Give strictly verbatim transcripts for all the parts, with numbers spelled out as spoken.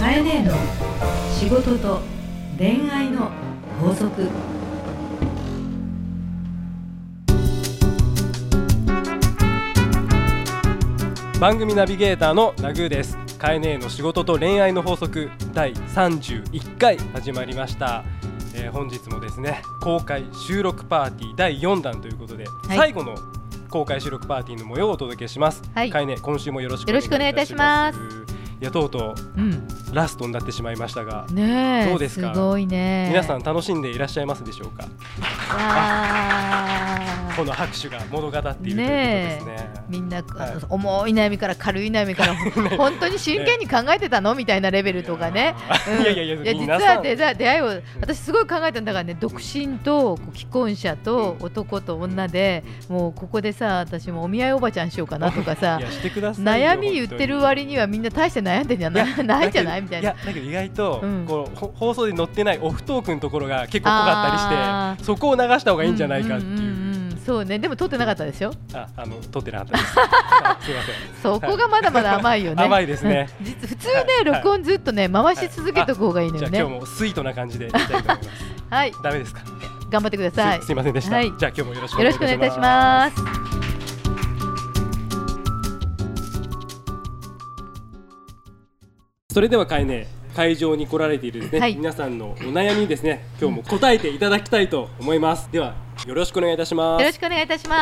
かえねえの仕事と恋愛の法則。 番組ナビゲーターのラグーです。かえねえの仕事と恋愛の法則だいさんじゅういっかい始まりました。えー、本日もですね、公開収録パーティーだいよんだんということで、はい、最後の公開収録パーティーの模様をお届けします。はい、かえねえ、今週もよろしくお願いいたします。よろしくお願いいたします。いや、とうとう、うん、ラストになってしまいましたが、ね、どうですか？ すごいね。 皆さん楽しんでいらっしゃいますでしょうか？あこの拍手が物語っているということですね。 みんな、はい、重い悩みから軽い悩みから本当に真剣に考えてたのみたいなレベルとかね。うん、いやいやいや、いや実は出会いを私すごい考えたんだからね。独身と既婚者と男と女で、もうここでさ、私もお見合いおばちゃんしようかなとかさ、悩み言ってる割にはみんな大して悩んでんじゃないないじゃないみたいな。いや、 だけど意外と、うん、こう放送で載ってないオフトークのところが結構濃かったりして、そこを流した方がいいんじゃないかっていう。うんうんうん、 そうね。でも撮ってなかったでしょ？ あ、あの撮ってなかったです。すいません。 そこがまだまだ甘いよね。 甘いですね。 実普通ね、録音ずっとね回し続けた方がいいのよね。 じゃあ今日もスイートな感じでいきたいと思います。はい。ダメですか？ 頑張ってください。 す, すいませんでした。はい、じゃあ今日もよろしくお願いいたします。 それではかえねえ、会場に来られているですね、はい、皆さんのお悩みにですね、今日も答えていただきたいと思います。ではよろしくお願いいたします。 よろしくお願いいたします。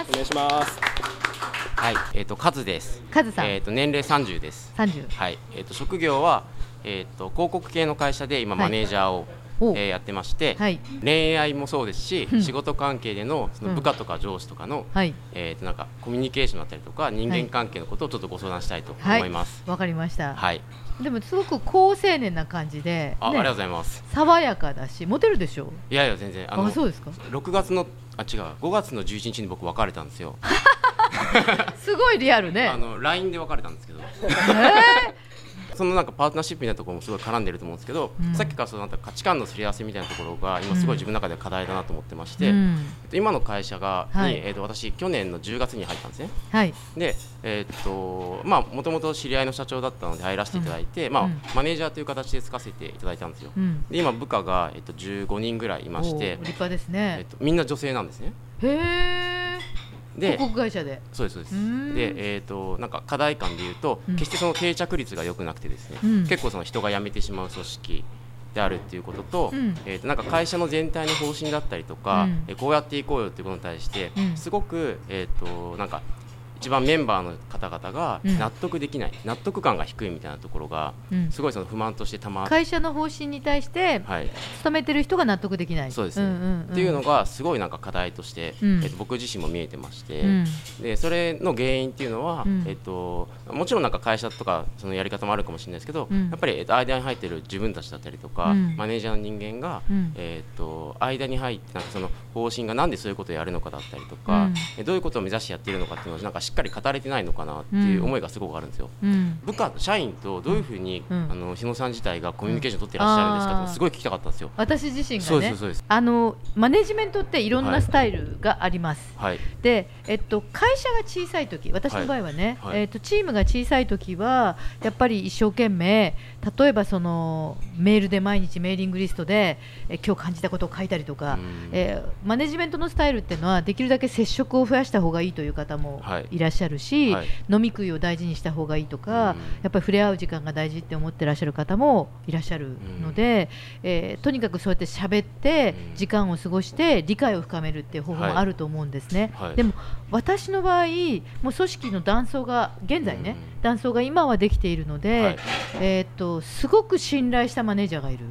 お願いします。 はい、えっ、ー、とカズです。 カズさん。 えっ、ー、と年齢さんじゅうです。 さんじゅう。 はい。えっ、ー、と職業はえっ、と広告系の会社で今マネージャーを、はい、えー、やってまして、はい、恋愛もそうですし、うん、仕事関係で の, その部下とか上司とかの、うん、はい、えー、となんかコミュニケーションだったりとか人間関係のことをちょっとご相談したいと思います。 わ、はい、かりました。 はい。 でもすごく好青年な感じで、ね、 あ, ありがとうございます。 爽やかだしモテるでしょ？ いやいや全然。 あのあ、そうですか。 ろくがつのあ違うごがつのじゅういちにちに僕別れたんですよ。 すごいリアルね。 あの ライン で別れたんですけど。えーそのなんかパートナーシップみたいなところもすごい絡んでると思うんですけど、うん、さっきからそのなんか価値観のすり合わせみたいなところが今すごい自分の中で課題だなと思ってまして、うん、今の会社がに、はい、えー、と私去年のじゅうがつに入ったんですね。はい、で、えー、とまあもともと知り合いの社長だったので入らせていただいて、うん、まあ、うん、マネージャーという形でつかせていただいたんですよ。うん、で今部下が、えー、とじゅうごにんぐらいいまして、 立派ですね。 えー、とみんな女性なんですね。 へー。で広告会社でそうですそうです。で、えー、となんか課題感でいうと、うん、決してその定着率が良くなくてですね、うん、結構その人が辞めてしまう組織であるっていうことと、うん、えー、となんか会社の全体の方針だったりとか、うん、えー、こうやっていこうよっていうことに対して、うん、すごく、えー、となんか一番メンバーの方々が納得できない、うん、納得感が低いみたいなところが、うん、すごいその不満としてたま会社の方針に対して、はい、勤めてる人が納得できない。 そうですね、うんうんうん、っていうのがすごいなんか課題として、うん、えー、と僕自身も見えてまして、うん、でそれの原因っていうのは、うん、えー、ともちろんなんか会社とかそのやり方もあるかもしれないですけど、うん、やっぱり、えー、と間に入ってる自分たちだったりとか、うん、マネージャーの人間が、うん、えー、と間に入ってなんかその方針がなんでそういうことをやるのかだったりとか、うん、どういうことを目指してやっているのかっていうのをなんかしっかり語れてないのかなっていう思いがすごくあるんですよ。うん、部下社員とどういうふうに、うん、あの日野さん自体がコミュニケーションを取っていらっしゃるんですかってすごい聞きたかったんですよ。 私自身がね、そうですそうです。あのマネジメントっていろんなスタイルがあります。はい、で、えっと、会社が小さい時、私の場合はね、はいはい、えっと、チームが小さい時はやっぱり一生懸命、例えばそのメールで毎日メーリングリストでえ今日感じたことを書いたりとか、えー、マネジメントのスタイルっていうのはできるだけ接触を増やした方がいいという方もいらっしゃるし、はい、飲み食いを大事にした方がいいとか、やっぱり触れ合う時間が大事って思ってらっしゃる方もいらっしゃるので、えー、とにかくそうやって喋って時間を過ごして理解を深めるっていう方法もあると思うんですね。はいはい、でも私の場合もう組織の断層が現在ね、断層が今はできているので、はい、えー、っとすごく信頼したマネージャーがいる。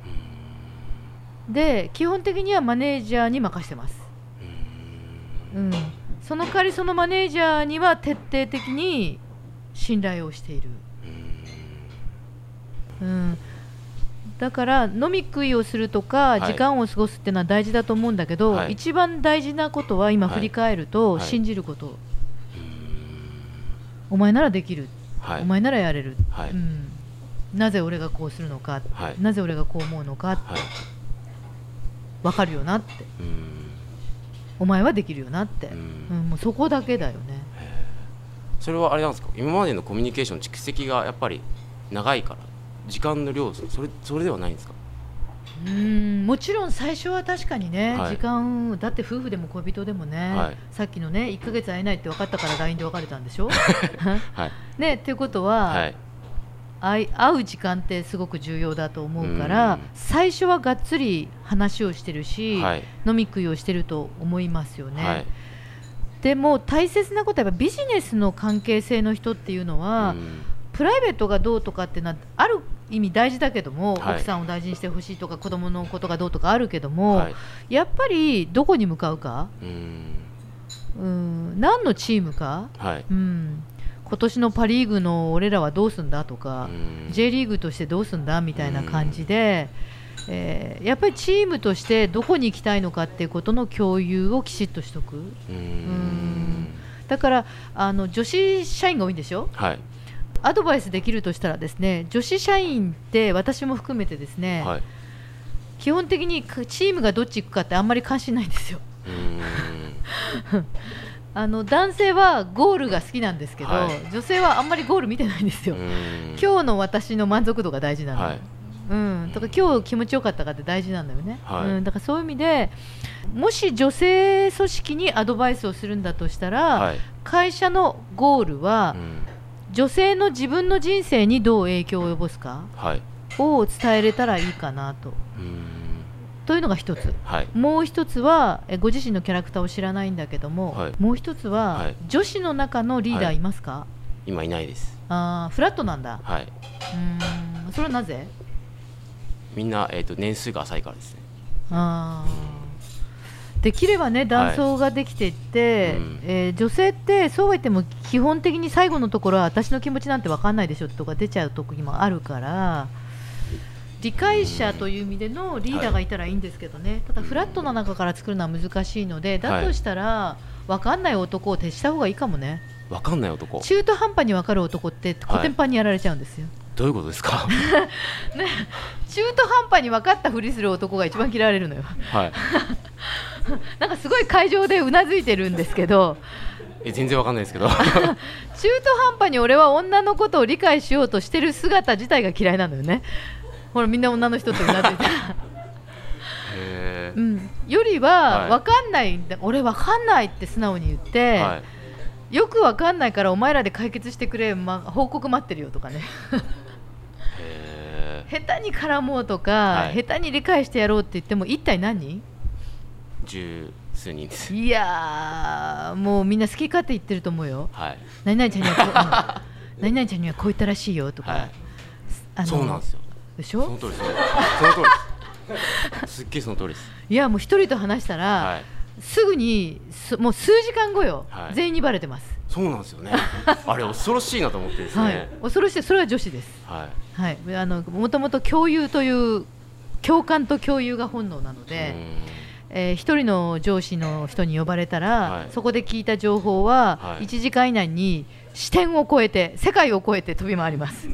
で基本的にはマネージャーに任せてます。うん、その代わりそのマネージャーには徹底的に信頼をしている。うん、だから飲み食いをするとか時間を過ごすっていうのは大事だと思うんだけど、はい、一番大事なことは今振り返ると信じること、はいはい、お前ならできる、はい、お前ならやれる、はい、うん、なぜ俺がこうするのか、はい、なぜ俺がこう思うのかって、はい、分かるよなって、うん、お前はできるよなって、うん、うん、もうそこだけだよね。 それはあれなんですか、今までのコミュニケーション蓄積がやっぱり長いから時間の量それそれではないんですか？ うーんもちろん最初は確かにね、はい、時間だって夫婦でも恋人でもね、はい、さっきのねいっかげつ会えないって分かったから ライン で別れたんでしょ、はいね、っていうことは、はい、会, 会う時間ってすごく重要だと思うから最初はがっつり話をしてるし、はい、飲み食いをしてると思いますよね、はい、でも大切なことはやっぱビジネスの関係性の人っていうのはプライベートがどうとかってのはある意味大事だけども、はい、奥さんを大事にしてほしいとか子供のことがどうとかあるけども、はい、やっぱりどこに向かうか、うーんうーん何のチームか、はい、うん今年のパリーグの俺らはどうすんだとか J リーグとしてどうすんだみたいな感じで、えー、やっぱりチームとしてどこに行きたいのかっていうことの共有をきちっとしとく。うーんだからあの女子社員が多いんでしょ、はい、アドバイスできるとしたらですね女子社員って私も含めてですね、はい、基本的にチームがどっち行くかってあんまり関心ないんですよ。うーんあの男性はゴールが好きなんですけど、はい、女性はあんまりゴール見てないんですよ。今日の私の満足度が大事なの、はいうん、だから今日気持ちよかったかって大事なんだよね、はいうん、だからそういう意味でもし女性組織にアドバイスをするんだとしたら、はい、会社のゴールは、うん、女性の自分の人生にどう影響を及ぼすか、はい、を伝えれたらいいかなと。うんというのが一つ、はい、もう一つはえご自身のキャラクターを知らないんだけども、はい、もう一つは、はい、女子の中のリーダーいますか？はい、 今いないです。 あフラットなんだ、 はい、 うーんそれはなぜ？ みんな、えーと、年数が浅いからですね。 あできればね男装ができていって、はいうんえー、女性ってそうは言っても基本的に最後のところは私の気持ちなんて分かんないでしょとか出ちゃう時もあるから理解者という意味でのリーダーがいたらいいんですけどね、はい、ただフラットな中から作るのは難しいのでだとしたら分かんない男を徹した方がいいかもね。 分かんない男中途半端に分かる男ってコテンパンにやられちゃうんですよ、はい、 どういうことですか、 ね、中途半端に分かったふりする男が一番嫌われるのよ、はい、なんかすごい会場でうなずいてるんですけどえ全然分かんないですけど中途半端に俺は女のことを理解しようとしてる姿自体が嫌いなのよね。ほらみんな女の人とうなずいてへー、うん、よりは分かんない、はい、俺分かんないって素直に言って、はい、よく分かんないからお前らで解決してくれ、ま、報告待ってるよとかねへー下手に絡もうとか、はい、下手に理解してやろうって言っても一体何人？ 十数人です。 いやーもうみんな好き勝手言ってると思うよ、はい、何々ちゃんにはこう何々ちゃんにはこう言ったらしいよとか、はい、 あのそうなんですよでしょ？ その通りですその通りですすっげえその通りです。 いやもう一人と話したら、はい、すぐにもう数時間後よ、はい、全員にバレてます。 そうなんですよねあれ恐ろしいなと思ってですね、はい、 恐ろしい。それは女子です、はいはい、あのもともと共有という共感と共有が本能なので、えー、一人の上司の人に呼ばれたら、はい、そこで聞いた情報は、はい、いちじかん以内に視点を超えて世界を超えて飛び回ります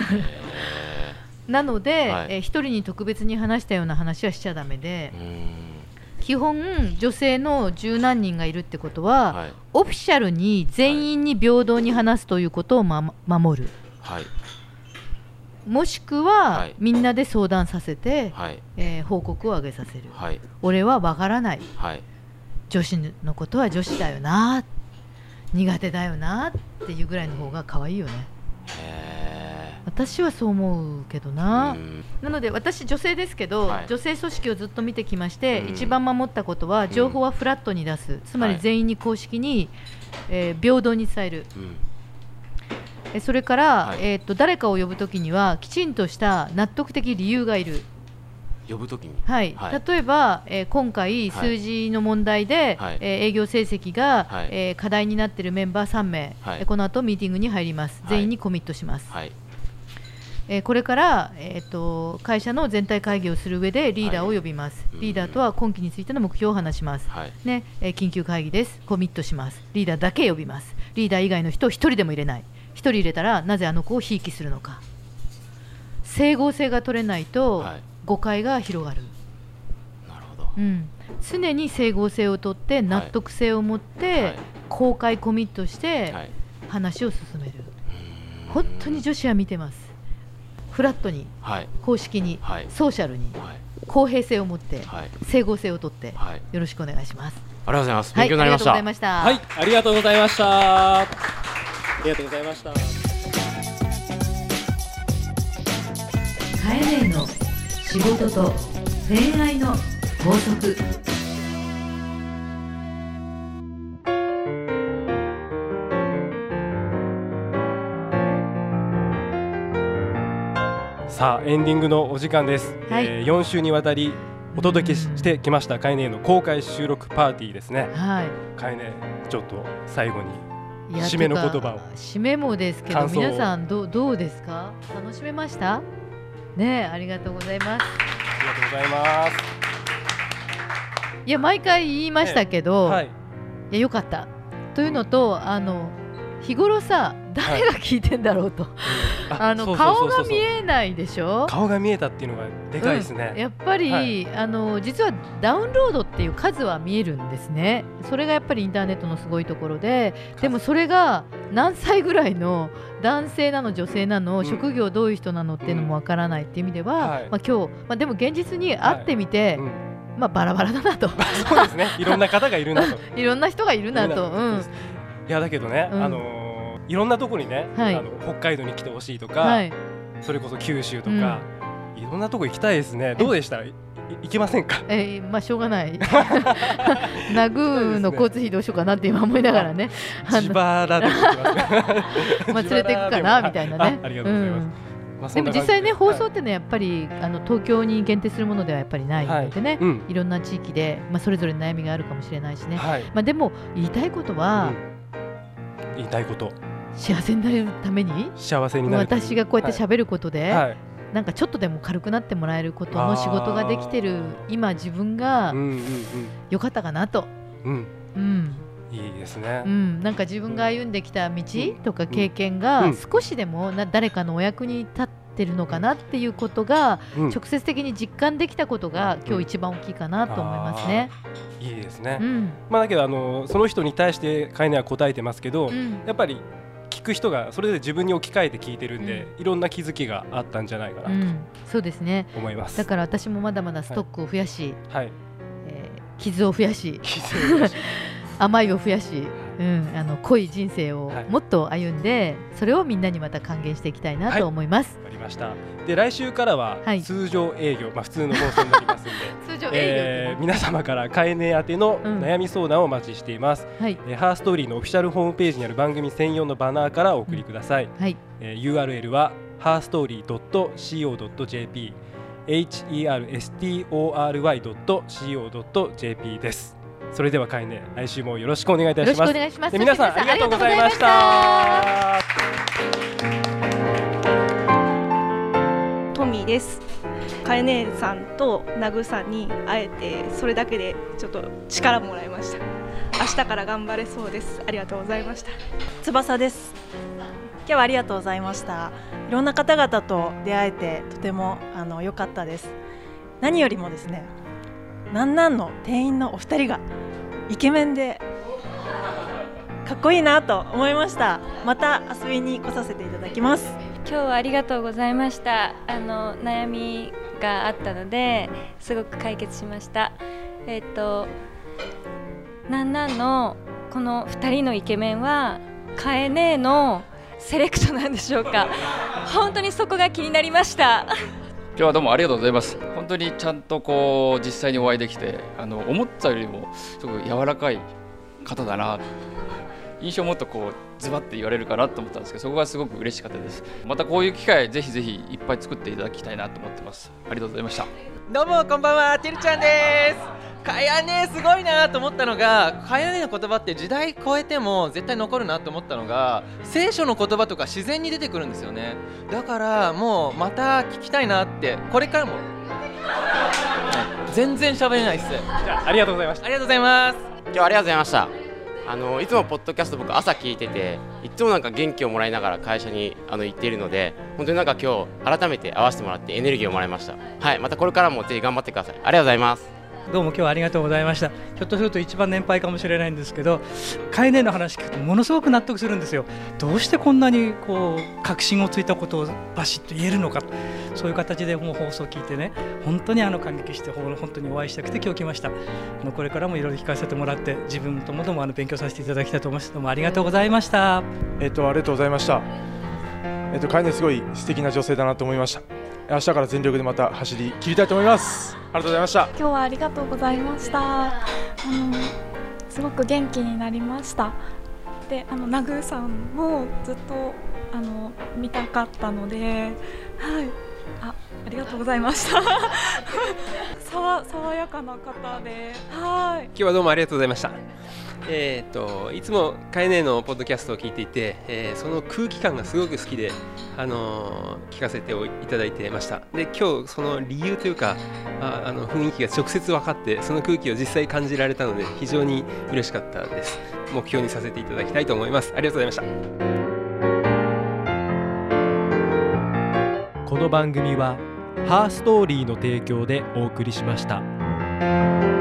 なので、はいえー、一人に特別に話したような話はしちゃダメで、うーん基本女性の十何人がいるってことは、はい、オフィシャルに全員に平等に話すということを、ま、守る、はい、もしくは、はい、みんなで相談させて、はいえー、報告を上げさせる、はい、俺は分からない、はい、女子のことは女子だよな苦手だよなっていうぐらいの方が可愛いよね。へ私はそう思うけどな。なので私女性ですけど、はい、女性組織をずっと見てきまして、一番守ったことは情報はフラットに出す、つまり全員に公式に、はいえー、平等に伝える、うん、それから、はいえー、と誰かを呼ぶときにはきちんとした納得的理由がいる。 呼ぶときに、 はいはい、例えば、えー、今回数字の問題で、はいえー、営業成績が、はいえー、課題になっているメンバーさんめい、はい、この後ミーティングに入ります。全員にコミットします、はいえー、これから、えー、と会社の全体会議をする上でリーダーを呼びます、はい、リーダーとは今期についての目標を話します、はいねえー、緊急会議です、コミットします、リーダーだけ呼びます。リーダー以外の人をひとりでも入れない。ひとり入れたらなぜあの子をひいきするのか。整合性が取れないと、はい、誤解が広がる。 なるほど、 うん、常に整合性をとって納得性を持って、はい、公開コミットして話を進める、はい、本当に女子は見てます。 フラットに、はい、公式に、はい、ソーシャルに、はい、公平性を持って、はい、整合性をとって、はい、よろしくお願いします。 ありがとうございます。勉強になりました。 はい、ありがとうございました。ありがとうございました。 カエネの仕事と恋愛の法則。 さあエンディングのお時間です、はい、えー、よん週にわたりお届けしてきましたカエネの公開収録パーティーですね、はい、カエネちょっと最後に締めの言葉を。 締めもですけど皆さん ど, どうですか？楽しめましたね。ありがとうございます。 ありがとうございます。 いや毎回言いましたけど、ね、はい、いやよかったというのと、うん、あの日頃さ誰が聞いてんだろうと、はい、あの顔が見えないでしょ。 顔が見えたっていうのがでかいですね、 うん、やっぱり、はい、あの実はダウンロードっていう数は見えるんですね。それがやっぱりインターネットのすごいところで、でもそれが何歳ぐらいの男性なの女性なの、うん、職業どういう人なのっていうのもわからないっていう意味では、うん、はい、まあ、今日、まあ、でも現実に会ってみて、はい、うん、まあ、バラバラだなとそうですね、いろんな方がいるなといろんな人がいるなと、うん、 いやだけどね、うん、あのーいろんなところにね、はい、あの北海道に来てほしいとか、はい、それこそ九州とか、うん、いろんなとこ行きたいですね。どうでした？い行けませんか？ えー、まあしょうがないナグーの交通費どうしようかなって今思いながらね、 自腹でも行きますまあ連れていくかなみたいなね。 ありがとうございます、うん、 まあ、でも実際ね放送ってねやっぱりあの東京に限定するものではやっぱりないのでね、はい、うん、いろんな地域で、まあ、それぞれ悩みがあるかもしれないしね、はい、まあ、でも言いたいことは、 うん、言いたいこと幸せになれるために幸せになる私がこうやって喋ることで、はい、なんかちょっとでも軽くなってもらえることの仕事ができてる今自分が良かったかなと、うんうん、 いいですね、 うん、なんか自分が歩んできた道とか経験が少しでもな誰かのお役に立ってるのかなっていうことが直接的に実感できたことが今日一番大きいかなと思いますね。 いいですね、うん、まあ、だけどあのその人に対してカエネは答えてますけど、うん、やっぱり聞く人がそれで自分に置き換えて聞いてるんで、うん、いろんな気づきがあったんじゃないかなと、うん、 そうですね、 思います。 だから私もまだまだストックを増やし、はい、えー、傷を増やし甘いを増やし、うん、あの濃い人生をもっと歩んで、はい、それをみんなにまた還元していきたいなと思います。 わ、はい、かりました。で来週からは通常営業、はい、まあ、普通の放送になりますので通常営業、 えー、皆様からカエネ宛ての悩み相談をお待ちしています、うん、はい、えー、ハーストーリーのオフィシャルホームページにある番組専用のバナーからお送りください、うん、はい、えー、ユーアールエル は ハーストーリー ドット シーオー ドット ジェーピー エイチ イー アール エス ティー オー アール ワイ ドット シーオー ドット ジェーピー です。それではカエネ、来週もよろしくお願いいたします。 よろしくお願いします。 皆さんありがとうございました。 トミーです。カエネさんとナグさんに会えてそれだけでちょっと力もらいました。明日から頑張れそうです。ありがとうございました。 翼です。今日はありがとうございました。いろんな方々と出会えてとてもあの良かったです。何よりもですね、なんなんの店員のお二人がイケメンでかっこいいなと思いました。また遊びに来させていただきます。 今日はありがとうございました。あの悩みがあったのですごく解決しました。えっとなんなんのこのふたりのイケメンはカエネのセレクトなんでしょうか。本当にそこが気になりました。 今日はどうもありがとうございます。本当にちゃんとこう実際にお会いできて、あの思ったよりもすごく柔らかい方だな、印象もっとこうズバッて言われるかなと思ったんですけど、そこがすごく嬉しかったです。またこういう機会ぜひぜひいっぱい作っていただきたいなと思ってます。ありがとうございました。 どうもこんばんは、てるちゃんです。カヤネすごいなと思ったのが、カヤネの言葉って時代超えても絶対残るなと思ったのが、聖書の言葉とか自然に出てくるんですよね。だからもうまた聞きたいなって、これからも全然喋れないっす。 じゃあ、ありがとうございました。 ありがとうございます。 今日はありがとうございました。あのいつもポッドキャスト僕朝聞いてて、いつもなんか元気をもらいながら会社にあの行っているので、本当になんか今日改めて会わせてもらってエネルギーをもらいました。はい、またこれからもぜひ頑張ってください。ありがとうございます。 どうも今日はありがとうございました。ひょっとすると一番年配かもしれないんですけど、カエネの話聞くとものすごく納得するんですよ。どうしてこんなにこう確信をついたことをバシッと言えるのか、そういう形でもう放送を聞いてね、本当にあの感激して本当にお会いしたくて今日来ました。あのこれからもいろいろ聞かせてもらって、自分ともどもあの勉強させていただきたいと思います。どうもありがとうございました。 えっとありがとうございました。えっとカエネすごい素敵な女性だなと思いました。明日から全力でまた走り切りたいと思います。ありがとうございました。 今日はありがとうございました。あのすごく元気になりました。で、あのナグーさんもずっとあの見たかったので、はい、あ、ありがとうございましたさわ爽やかな方で、はい。 今日はどうもありがとうございました。えー、といつもカエネのポッドキャストを聞いていて、えー、その空気感がすごく好きで、あのー、聞かせていただいてました。で、今日その理由というか あ, あの雰囲気が直接分かって、その空気を実際感じられたので非常に嬉しかったです。目標にさせていただきたいと思います。ありがとうございました。 この番組はハーストーリーの提供でお送りしました。